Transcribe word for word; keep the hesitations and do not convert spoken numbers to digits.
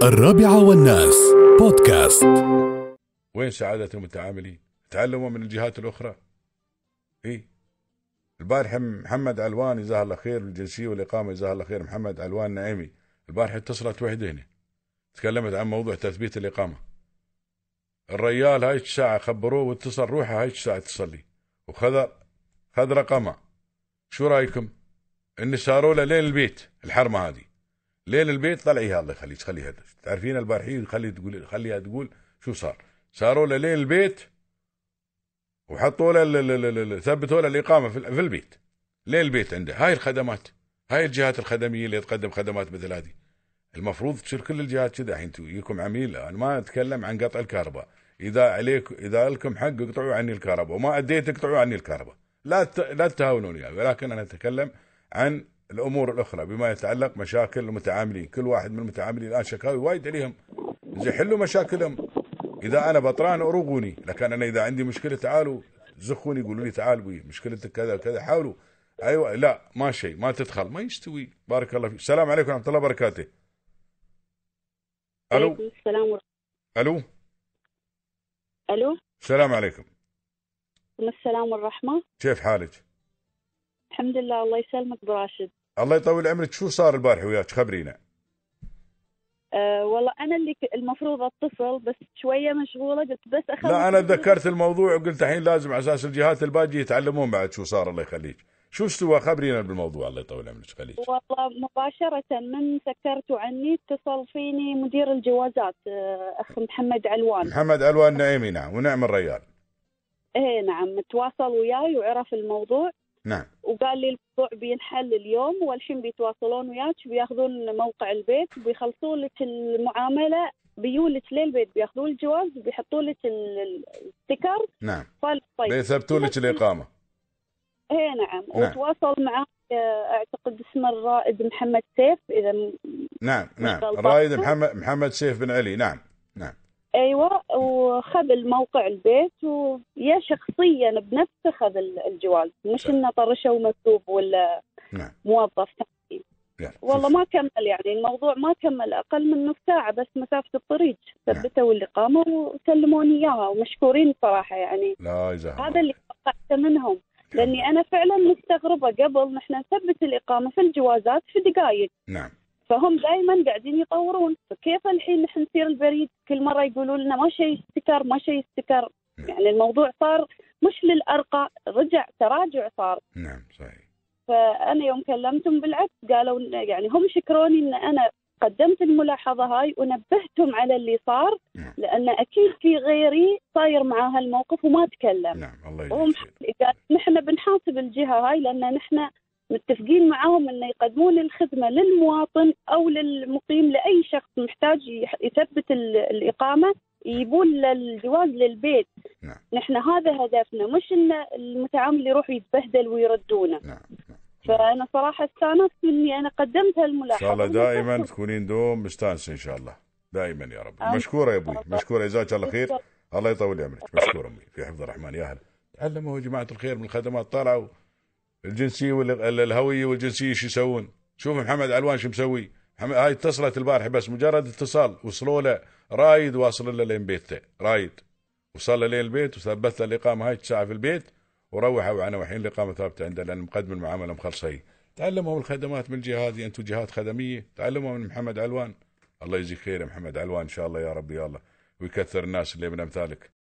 الرابعة والناس بودكاست. وين سعادة المتعاملين؟ تعلموا من الجهات الأخرى. إيه البارح محمد علوان جزاه الله خير الجنسية والإقامة جزاه الله خير، محمد علوان نعيمي البارح اتصلت وحدة هنا تكلمت عن موضوع تثبيت الإقامة. الريال هاي الساعة خبروه واتصل روحه هاي الساعة اتصل لي وخذ خذ رقمه. شو رايكم؟ إن ساروا له لين البيت الحرمة هذه لين البيت طلعيها الله يخليك خليها تعرفين البارحين خلي تقول خليها تقول شو صار. ساروا له لين البيت وحطوا له ثبتوا له الإقامة في البيت لين البيت عنده. هاي الخدمات هاي الجهات الخدمية اللي تقدم خدمات مثل هذه المفروض تصير كل الجهات كذا. الحين يجيكم عميل، أنا ما أتكلم عن قطع الكهرباء، إذا عليك إذا لكم حق اقطعوا عني الكهرباء وما أديت اقطعوا عني الكهرباء، لا ت... لا تهاونون يعني. ولكن أنا أتكلم عن الأمور الأخرى بما يتعلق مشاكل المتعاملين. كل واحد من المتعاملين الآن شكاوي وايد عليهم، زي حلوا مشاكلهم. إذا أنا بطران أروغوني، لكن أنا إذا عندي مشكلة تعالوا زخوني قولوا لي تعال بي مشكلتك كذا وكذا حاولوا. أيوة لا ما شيء ما تدخل ما يستوي. بارك الله فيك. السلام عليكم ورحمة الله وبركاته. ألو. السلام ورحمة. ألو. ألو. السلام عليكم. السلام والرحمة. كيف حالك؟ الحمد لله الله يسلمك براشد. الله يطول عمرك. شو صار البارح وياك خبرينا. أه والله أنا اللي المفروض أتصل بس شوية مشغولة قلت بس أخذ. لا أنا تذكرت الموضوع وقلت الحين لازم على أساس الجهات الباقية يتعلمون بعد شو صار. الله يخليك. شو استوى خبرينا بالموضوع الله يطول عمرك خليك. والله مباشرة من سكرتوا عني اتصل فيني مدير الجوازات أخ محمد علوان. محمد علوان نعيمي نعم ونعم الريال. ايه نعم تواصل وياي وعرف الموضوع. نعم. وقال لي الموضوع بينحل اليوم والحين بيتواصلون وياك بياخذون موقع البيت وبيخلصون لك المعاملة بيجون لك للبيت بياخذون الجواز وبيحطون لك الستيكر. نعم. طيب بيثبتوا لك الإقامة. ايه نعم. نعم. وتواصل معاه اعتقد اسمه الرائد محمد سيف اذا نعم نعم الرائد محمد محمد سيف بن علي. نعم نعم. ايوه وخذ الموقع البيت ويا شخصيا بنفسه خذ الجواز مش انه طرشه مكتوب ولا نعم. موظف ثاني. والله ما كمل يعني الموضوع ما كمل اقل من نص ساعه بس مسافه الطريق ثبتوا الاقامه وسلموني اياها ومشكورين صراحه يعني. لا يزعل. هذا اللي توقعته منهم لاني انا فعلا مستغربه قبل نحن نثبت الاقامه في الجوازات في دقائق. نعم. فهم دائما قاعدين يطورون فكيف الحين نحن نصير البريد كل مره يقولوا لنا ما شيء استكر ما شيء استكر. يعني الموضوع صار مش للأرقى رجع تراجع صار. نعم صحيح. فأنا يوم كلمتهم بالعكس قالوا يعني هم شكروني إن أنا قدمت الملاحظة هاي ونبهتهم على اللي صار. نعم. لأن أكيد في غيري صاير معاه هالموقف وما تكلم. نعم الله وهم قال نحن بنحاسب الجهة هاي لأن نحن متفقين معاهم أن يقدمون الخدمة للمواطن أو للمقيم لأي شخص محتاج يثبت الإقامة يجيبون الجواز للبيت. نعم. نحن هذا هدفنا مش أن المتعامل يروح يتبهدل ويردونه. نعم. فأنا صراحة استانست إني أنا قدمت هالملاحظة. إن شاء الله دائما تكونين دوم مستانسة إن شاء الله دائما يا رب. مشكورة يا أبوي مشكورة جزاك الله خير. الله يطول عمرك. مشكورة أمي في حفظ الرحمن. يا هلا تعلموا يا جماعة الخير من الخدمات طلعوا الجنسية والهوية والجنسية شو يسوون. شوف محمد علوان شو مسوي. هاي اتصلت البارحة بس مجرد اتصال وصلوا له رايد واصل له لين بيته رايد وصل له لين البيت وثبت له الإقامة هاي ساعة في البيت وروحوا وعنا وحين الإقامة ثابتة عنده لأن مقدم المعاملة مخلصة. تعلموا الخدمات من الجهة هذه أنتم جهات خدمية تعلموا من محمد علوان. الله يجزيك خير يا محمد علوان إن شاء الله يا رب يا الله ويكثر الناس اللي من أمثالك.